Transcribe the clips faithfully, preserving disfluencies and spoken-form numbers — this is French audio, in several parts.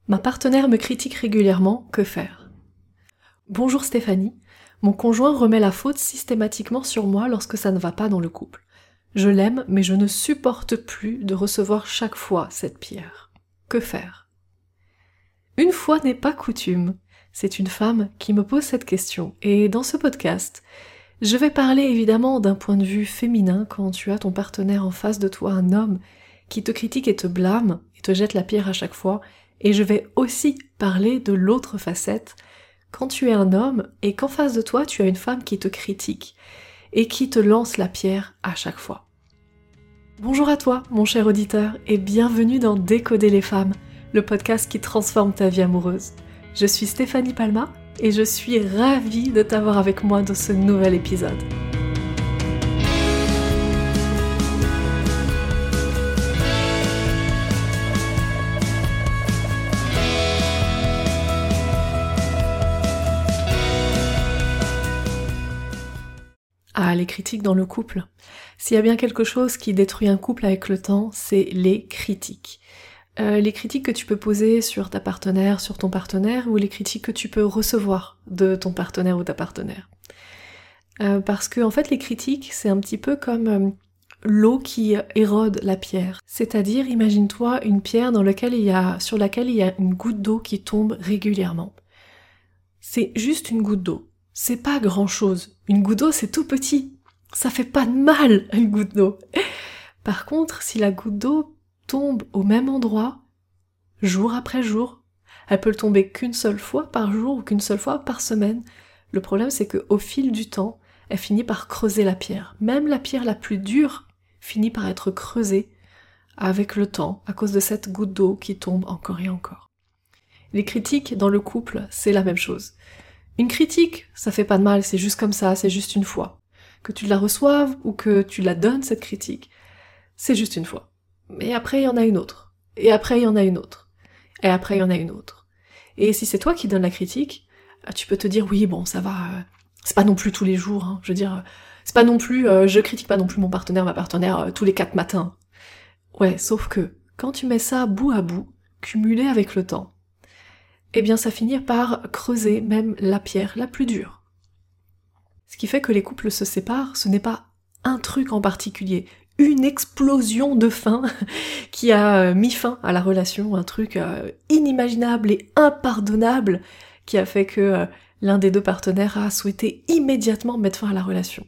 Ma partenaire me critique régulièrement, que faire ? Bonjour Stéphanie, mon conjoint remet la faute systématiquement sur moi lorsque ça ne va pas dans le couple. Je l'aime, mais je ne supporte plus de recevoir chaque fois cette pierre. Que faire ? Une fois n'est pas coutume, c'est une femme qui me pose cette question, et dans ce podcast, je vais parler évidemment d'un point de vue féminin quand tu as ton partenaire en face de toi, un homme qui te critique et te blâme, et te jette la pierre à chaque fois, et je vais aussi parler de l'autre facette, quand tu es un homme et qu'en face de toi tu as une femme qui te critique et qui te lance la pierre à chaque fois. Bonjour à toi, mon cher auditeur, et bienvenue dans Décoder les femmes, le podcast qui transforme ta vie amoureuse. Je suis Stéphanie Palma et je suis ravie de t'avoir avec moi dans ce nouvel épisode. Ah, les critiques dans le couple. S'il y a bien quelque chose qui détruit un couple avec le temps, c'est les critiques. Euh, les critiques que tu peux poser sur ta partenaire, sur ton partenaire, ou les critiques que tu peux recevoir de ton partenaire ou ta partenaire. Euh, parce que en fait, les critiques, c'est un petit peu comme euh, l'eau qui érode la pierre. C'est-à-dire, imagine-toi une pierre dans laquelle il y a, sur laquelle il y a une goutte d'eau qui tombe régulièrement. C'est juste une goutte d'eau. C'est pas grand-chose. Une goutte d'eau, c'est tout petit. Ça fait pas de mal, une goutte d'eau. Par contre, si la goutte d'eau tombe au même endroit, jour après jour, elle peut tomber qu'une seule fois par jour ou qu'une seule fois par semaine. Le problème, c'est qu'au fil du temps, elle finit par creuser la pierre. Même la pierre la plus dure finit par être creusée avec le temps, à cause de cette goutte d'eau qui tombe encore et encore. Les critiques dans le couple, c'est la même chose. Une critique, ça fait pas de mal, c'est juste comme ça, c'est juste une fois. Que tu la reçoives ou que tu la donnes, cette critique, c'est juste une fois. Et après, il y en a une autre. Et après, il y en a une autre. Et après, il y en a une autre. Et si c'est toi qui donnes la critique, tu peux te dire, oui, bon, ça va, euh, c'est pas non plus tous les jours, hein, je veux dire, c'est pas non plus, euh, je critique pas non plus mon partenaire, ma partenaire, euh, tous les quatre matins. Ouais, sauf que, quand tu mets ça bout à bout, cumulé avec le temps, eh bien ça finit par creuser même la pierre la plus dure. Ce qui fait que les couples se séparent, ce n'est pas un truc en particulier, une explosion de faim qui a mis fin à la relation, un truc inimaginable et impardonnable qui a fait que l'un des deux partenaires a souhaité immédiatement mettre fin à la relation.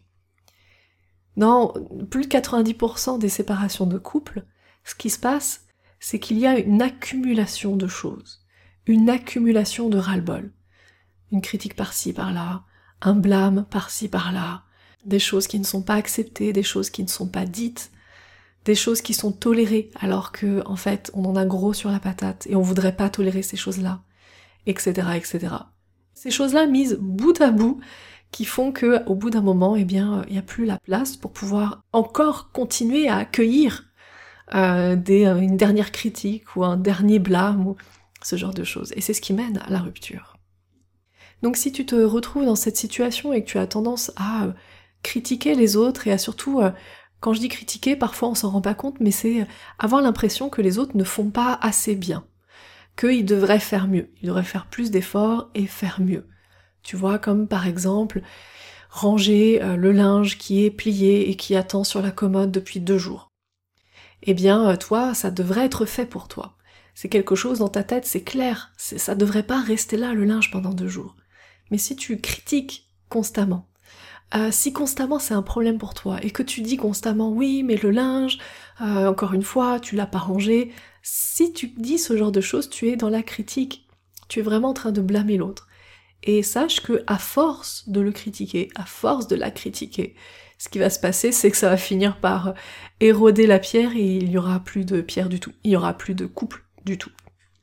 Dans plus de quatre-vingt-dix pour cent des séparations de couples, ce qui se passe, c'est qu'il y a une accumulation de choses. Une accumulation de ras-le-bol. Une critique par-ci, par-là, un blâme par-ci, par-là, des choses qui ne sont pas acceptées, des choses qui ne sont pas dites, des choses qui sont tolérées alors que, en fait, on en a gros sur la patate et on voudrait pas tolérer ces choses-là, et cetera, et cetera. Ces choses-là mises bout à bout qui font que, au bout d'un moment, eh bien, il n'y a plus la place pour pouvoir encore continuer à accueillir euh, des, euh, une dernière critique ou un dernier blâme ou ce genre de choses. Et c'est ce qui mène à la rupture. Donc si tu te retrouves dans cette situation et que tu as tendance à euh, critiquer les autres et à surtout, euh, quand je dis critiquer, parfois on s'en rend pas compte, mais c'est avoir l'impression que les autres ne font pas assez bien, qu'ils devraient faire mieux, ils devraient faire plus d'efforts et faire mieux. Tu vois, comme par exemple, ranger euh, le linge qui est plié et qui attend sur la commode depuis deux jours. Eh bien, euh, toi, ça devrait être fait pour toi. C'est quelque chose dans ta tête, c'est clair, c'est, ça devrait pas rester là le linge pendant deux jours. Mais si tu critiques constamment, euh, si constamment c'est un problème pour toi, et que tu dis constamment oui mais le linge, euh, encore une fois, tu l'as pas rangé, si tu dis ce genre de choses, tu es dans la critique, tu es vraiment en train de blâmer l'autre. Et sache que à force de le critiquer, à force de la critiquer, ce qui va se passer, c'est que ça va finir par éroder la pierre et il n'y aura plus de pierre du tout, il n'y aura plus de couple du tout.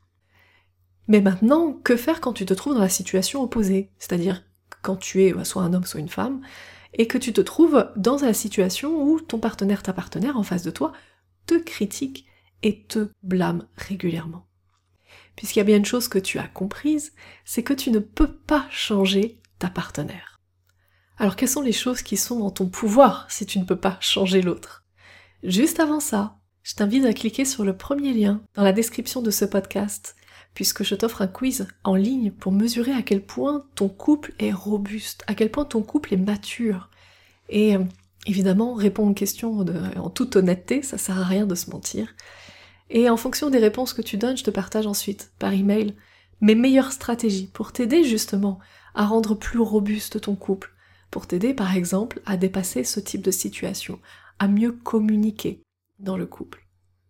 Mais maintenant, que faire quand tu te trouves dans la situation opposée ? C'est-à-dire quand tu es soit un homme, soit une femme, et que tu te trouves dans la situation où ton partenaire, ta partenaire en face de toi, te critique et te blâme régulièrement. Puisqu'il y a bien une chose que tu as comprise, c'est que tu ne peux pas changer ta partenaire. Alors quelles sont les choses qui sont en ton pouvoir si tu ne peux pas changer l'autre ? Juste avant ça, je t'invite à cliquer sur le premier lien dans la description de ce podcast puisque je t'offre un quiz en ligne pour mesurer à quel point ton couple est robuste, à quel point ton couple est mature. Et euh, évidemment, répondre aux questions de, en toute honnêteté, ça sert à rien de se mentir. Et en fonction des réponses que tu donnes, je te partage ensuite, par email, mes meilleures stratégies pour t'aider justement à rendre plus robuste ton couple, pour t'aider par exemple à dépasser ce type de situation, à mieux communiquer dans le couple.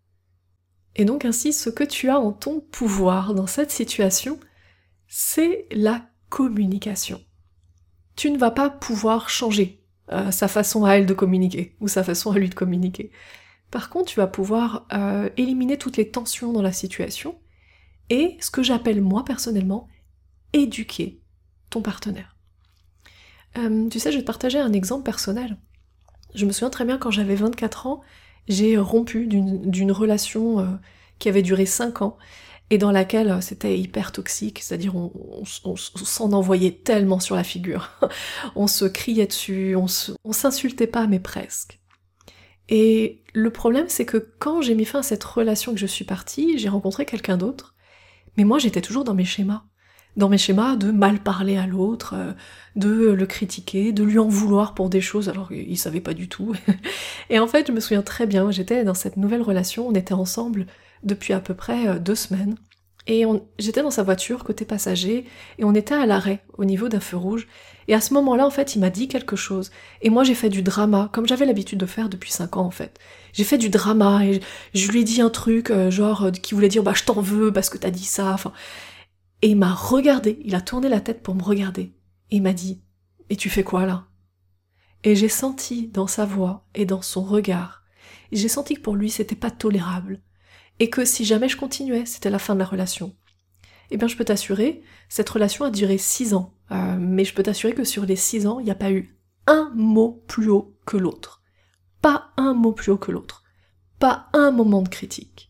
Et donc ainsi, ce que tu as en ton pouvoir dans cette situation, c'est la communication. Tu ne vas pas pouvoir changer euh, sa façon à elle de communiquer, ou sa façon à lui de communiquer. Par contre, tu vas pouvoir euh, éliminer toutes les tensions dans la situation, et ce que j'appelle moi personnellement, éduquer ton partenaire. Euh, tu sais, je vais te partager un exemple personnel. Je me souviens très bien quand j'avais vingt-quatre ans, j'ai rompu d'une, d'une relation euh, qui avait duré cinq ans et dans laquelle euh, c'était hyper toxique, c'est-à-dire on, on, on, on s'en envoyait tellement sur la figure. On se criait dessus, on, se, on s'insultait pas mais presque. Et le problème c'est que quand j'ai mis fin à cette relation que je suis partie, j'ai rencontré quelqu'un d'autre, mais moi j'étais toujours dans mes schémas. Dans mes schémas de mal parler à l'autre, de le critiquer, de lui en vouloir pour des choses alors qu'il savait pas du tout. Et en fait, je me souviens très bien, j'étais dans cette nouvelle relation, on était ensemble depuis à peu près deux semaines, et on, j'étais dans sa voiture, côté passager, et on était à l'arrêt, au niveau d'un feu rouge, et à ce moment-là, en fait, il m'a dit quelque chose, et moi j'ai fait du drama, comme j'avais l'habitude de faire depuis cinq ans, en fait. J'ai fait du drama, et je lui ai dit un truc, genre, qui voulait dire, bah je t'en veux parce que t'as dit ça, enfin... Et il m'a regardé, il a tourné la tête pour me regarder. Et il m'a dit « Et tu fais quoi là ?» Et j'ai senti dans sa voix et dans son regard, j'ai senti que pour lui c'était pas tolérable. Et que si jamais je continuais, c'était la fin de la relation. Eh bien je peux t'assurer, cette relation a duré six ans. Euh, mais je peux t'assurer que sur les six ans, il n'y a pas eu un mot plus haut que l'autre. Pas un mot plus haut que l'autre. Pas un moment de critique.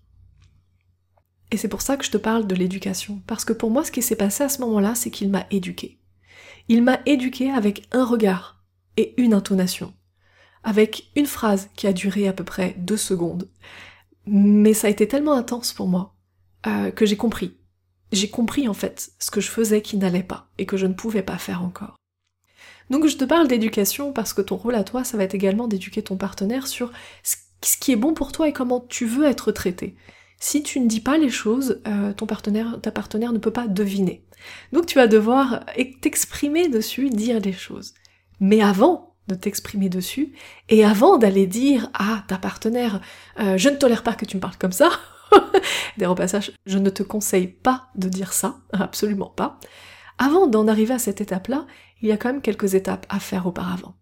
Et c'est pour ça que je te parle de l'éducation, parce que pour moi, ce qui s'est passé à ce moment-là, c'est qu'il m'a éduquée. Il m'a éduquée avec un regard et une intonation, avec une phrase qui a duré à peu près deux secondes. Mais ça a été tellement intense pour moi euh, que j'ai compris. J'ai compris en fait ce que je faisais qui n'allait pas et que je ne pouvais pas faire encore. Donc je te parle d'éducation parce que ton rôle à toi, ça va être également d'éduquer ton partenaire sur ce qui est bon pour toi et comment tu veux être traité. Si tu ne dis pas les choses, euh, ton partenaire, ta partenaire ne peut pas deviner. Donc tu vas devoir t'exprimer dessus, dire les choses. Mais avant de t'exprimer dessus, et avant d'aller dire à ta partenaire euh, « je ne tolère pas que tu me parles comme ça », d'ailleurs au passage, je ne te conseille pas de dire ça, absolument pas. Avant d'en arriver à cette étape-là, il y a quand même quelques étapes à faire auparavant.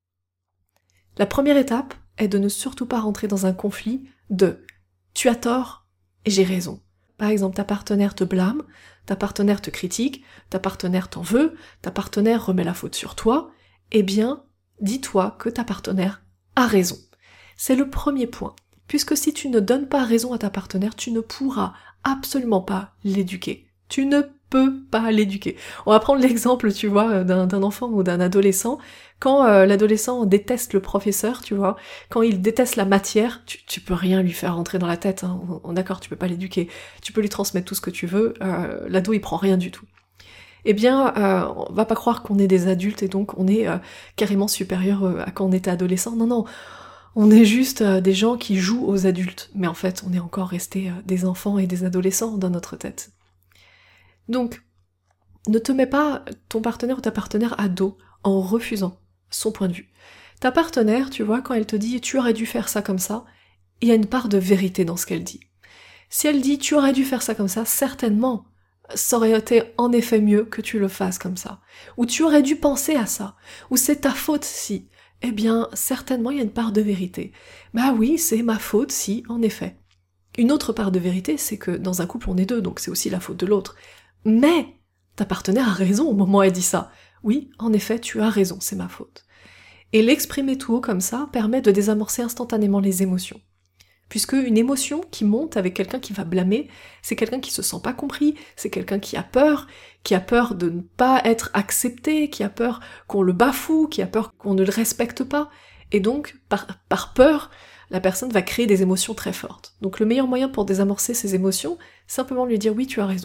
La première étape est de ne surtout pas rentrer dans un conflit de « tu as tort », et j'ai raison. Par exemple, ta partenaire te blâme, ta partenaire te critique, ta partenaire t'en veut, ta partenaire remet la faute sur toi, eh bien, dis-toi que ta partenaire a raison. C'est le premier point, puisque si tu ne donnes pas raison à ta partenaire, tu ne pourras absolument pas l'éduquer. Tu ne peux pas l'éduquer. On va prendre l'exemple, tu vois, d'un, d'un enfant ou d'un adolescent. Quand euh, l'adolescent déteste le professeur, tu vois, quand il déteste la matière, tu, tu peux rien lui faire rentrer dans la tête, hein. On, on, d'accord, tu peux pas l'éduquer. Tu peux lui transmettre tout ce que tu veux, euh, l'ado il prend rien du tout. Eh bien, euh, on va pas croire qu'on est des adultes et donc on est euh, carrément supérieur euh, à quand on était adolescent. Non, non, on est juste euh, des gens qui jouent aux adultes. Mais en fait, on est encore resté euh, des enfants et des adolescents dans notre tête. Donc, ne te mets pas ton partenaire ou ta partenaire à dos en refusant son point de vue. Ta partenaire, tu vois, quand elle te dit « tu aurais dû faire ça comme ça », il y a une part de vérité dans ce qu'elle dit. Si elle dit « tu aurais dû faire ça comme ça », certainement, ça aurait été en effet mieux que tu le fasses comme ça. Ou tu aurais dû penser à ça. Ou c'est ta faute si. Eh bien, certainement, il y a une part de vérité. Bah oui, c'est ma faute si, en effet. Une autre part de vérité, c'est que dans un couple, on est deux, donc c'est aussi la faute de l'autre. Mais ta partenaire a raison au moment où elle dit ça. Oui, en effet, tu as raison, c'est ma faute. Et l'exprimer tout haut comme ça permet de désamorcer instantanément les émotions. Puisque une émotion qui monte avec quelqu'un qui va blâmer, c'est quelqu'un qui se sent pas compris, c'est quelqu'un qui a peur, qui a peur de ne pas être accepté, qui a peur qu'on le bafoue, qui a peur qu'on ne le respecte pas. Et donc, par, par peur, la personne va créer des émotions très fortes. Donc le meilleur moyen pour désamorcer ces émotions, c'est simplement lui dire « oui, tu as raison ».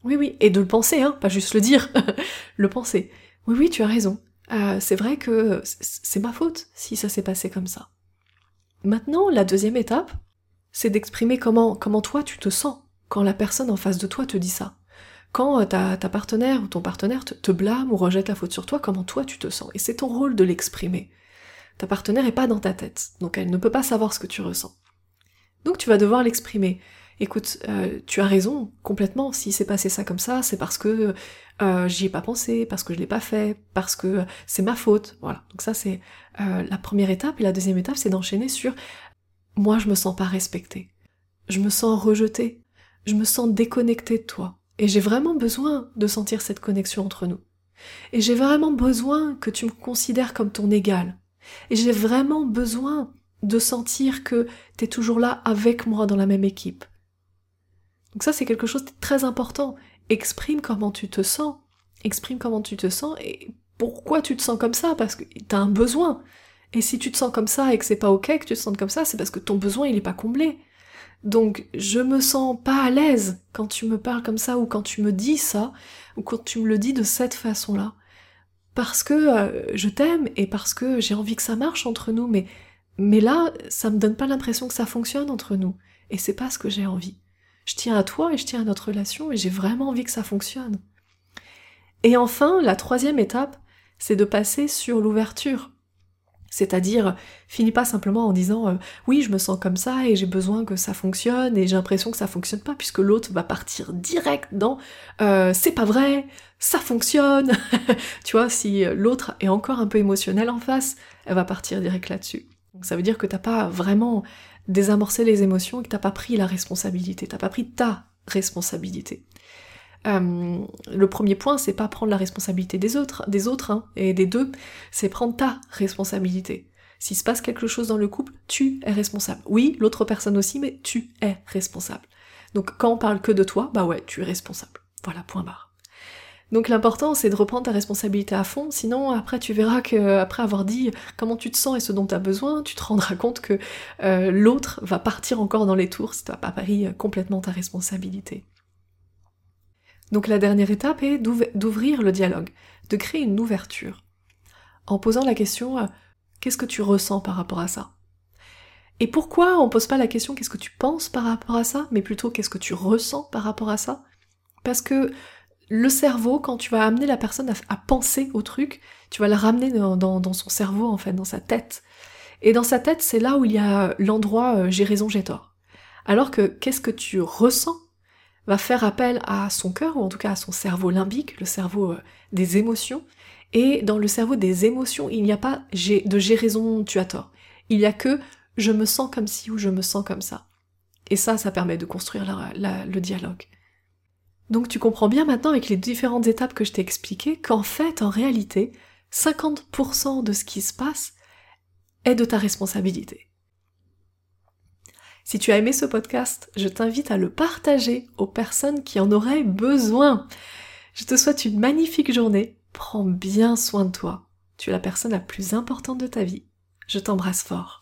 Oui, oui, et de le penser, hein, pas juste le dire, le penser. Oui, oui, tu as raison. Euh, c'est vrai que c'est ma faute si ça s'est passé comme ça. Maintenant, la deuxième étape, c'est d'exprimer comment, comment toi tu te sens quand la personne en face de toi te dit ça. Quand ta, ta partenaire ou ton partenaire te, te blâme ou rejette la faute sur toi, comment toi tu te sens. Et c'est ton rôle de l'exprimer. Ta partenaire est pas dans ta tête, donc elle ne peut pas savoir ce que tu ressens. Donc tu vas devoir l'exprimer. Écoute, euh, tu as raison, complètement, si c'est passé ça comme ça, c'est parce que euh, j'y ai pas pensé, parce que je l'ai pas fait, parce que c'est ma faute, voilà. Donc ça c'est euh, la première étape, et la deuxième étape c'est d'enchaîner sur « moi je me sens pas respectée, je me sens rejetée, je me sens déconnectée de toi, et j'ai vraiment besoin de sentir cette connexion entre nous. Et j'ai vraiment besoin que tu me considères comme ton égal, et j'ai vraiment besoin de sentir que t'es toujours là avec moi dans la même équipe. » Donc ça, c'est quelque chose de très important. Exprime comment tu te sens. Exprime comment tu te sens et pourquoi tu te sens comme ça, parce que t'as un besoin. Et si tu te sens comme ça et que c'est pas ok que tu te sentes comme ça, c'est parce que ton besoin, il est pas comblé. Donc, je me sens pas à l'aise quand tu me parles comme ça, ou quand tu me dis ça, ou quand tu me le dis de cette façon-là. Parce que euh, je t'aime et parce que j'ai envie que ça marche entre nous, mais, mais là, ça me donne pas l'impression que ça fonctionne entre nous. Et c'est pas ce que j'ai envie. Je tiens à toi et je tiens à notre relation et j'ai vraiment envie que ça fonctionne. Et enfin, la troisième étape, c'est de passer sur l'ouverture. C'est-à-dire, finis pas simplement en disant euh, « oui, je me sens comme ça et j'ai besoin que ça fonctionne et j'ai l'impression que ça fonctionne pas » puisque l'autre va partir direct dans euh, « c'est pas vrai, ça fonctionne ». Tu vois, si l'autre est encore un peu émotionnel en face, elle va partir direct là-dessus. Donc ça veut dire que t'as pas vraiment désamorcé les émotions et que t'as pas pris la responsabilité, t'as pas pris ta responsabilité. Euh, le premier point, c'est pas prendre la responsabilité des autres, des autres hein, et des deux, c'est prendre ta responsabilité. S'il se passe quelque chose dans le couple, tu es responsable. Oui, l'autre personne aussi, mais tu es responsable. Donc quand on parle que de toi, bah ouais, tu es responsable. Voilà, point barre. Donc l'important, c'est de reprendre ta responsabilité à fond, sinon après tu verras que après avoir dit comment tu te sens et ce dont tu as besoin, tu te rendras compte que euh, l'autre va partir encore dans les tours si tu n'as pas pris complètement ta responsabilité. Donc la dernière étape est d'ouvrir le dialogue, de créer une ouverture, en posant la question euh, « qu'est-ce que tu ressens par rapport à ça ?» Et pourquoi on pose pas la question « qu'est-ce que tu penses par rapport à ça ?» mais plutôt « qu'est-ce que tu ressens par rapport à ça ?» Parce que le cerveau, quand tu vas amener la personne à, à penser au truc, tu vas la ramener dans, dans, dans son cerveau, en fait, dans sa tête. Et dans sa tête, c'est là où il y a l'endroit euh, « j'ai raison, j'ai tort ». Alors que « qu'est-ce que tu ressens ?» va faire appel à son cœur, ou en tout cas à son cerveau limbique, le cerveau euh, des émotions, et dans le cerveau des émotions, il n'y a pas j'ai, de « j'ai raison, tu as tort ». Il y a que « je me sens comme ci » ou « je me sens comme ça ». Et ça, ça permet de construire la, la, le dialogue. Donc tu comprends bien maintenant avec les différentes étapes que je t'ai expliquées qu'en fait, en réalité, cinquante pour cent de ce qui se passe est de ta responsabilité. Si tu as aimé ce podcast, je t'invite à le partager aux personnes qui en auraient besoin. Je te souhaite une magnifique journée. Prends bien soin de toi. Tu es la personne la plus importante de ta vie. Je t'embrasse fort.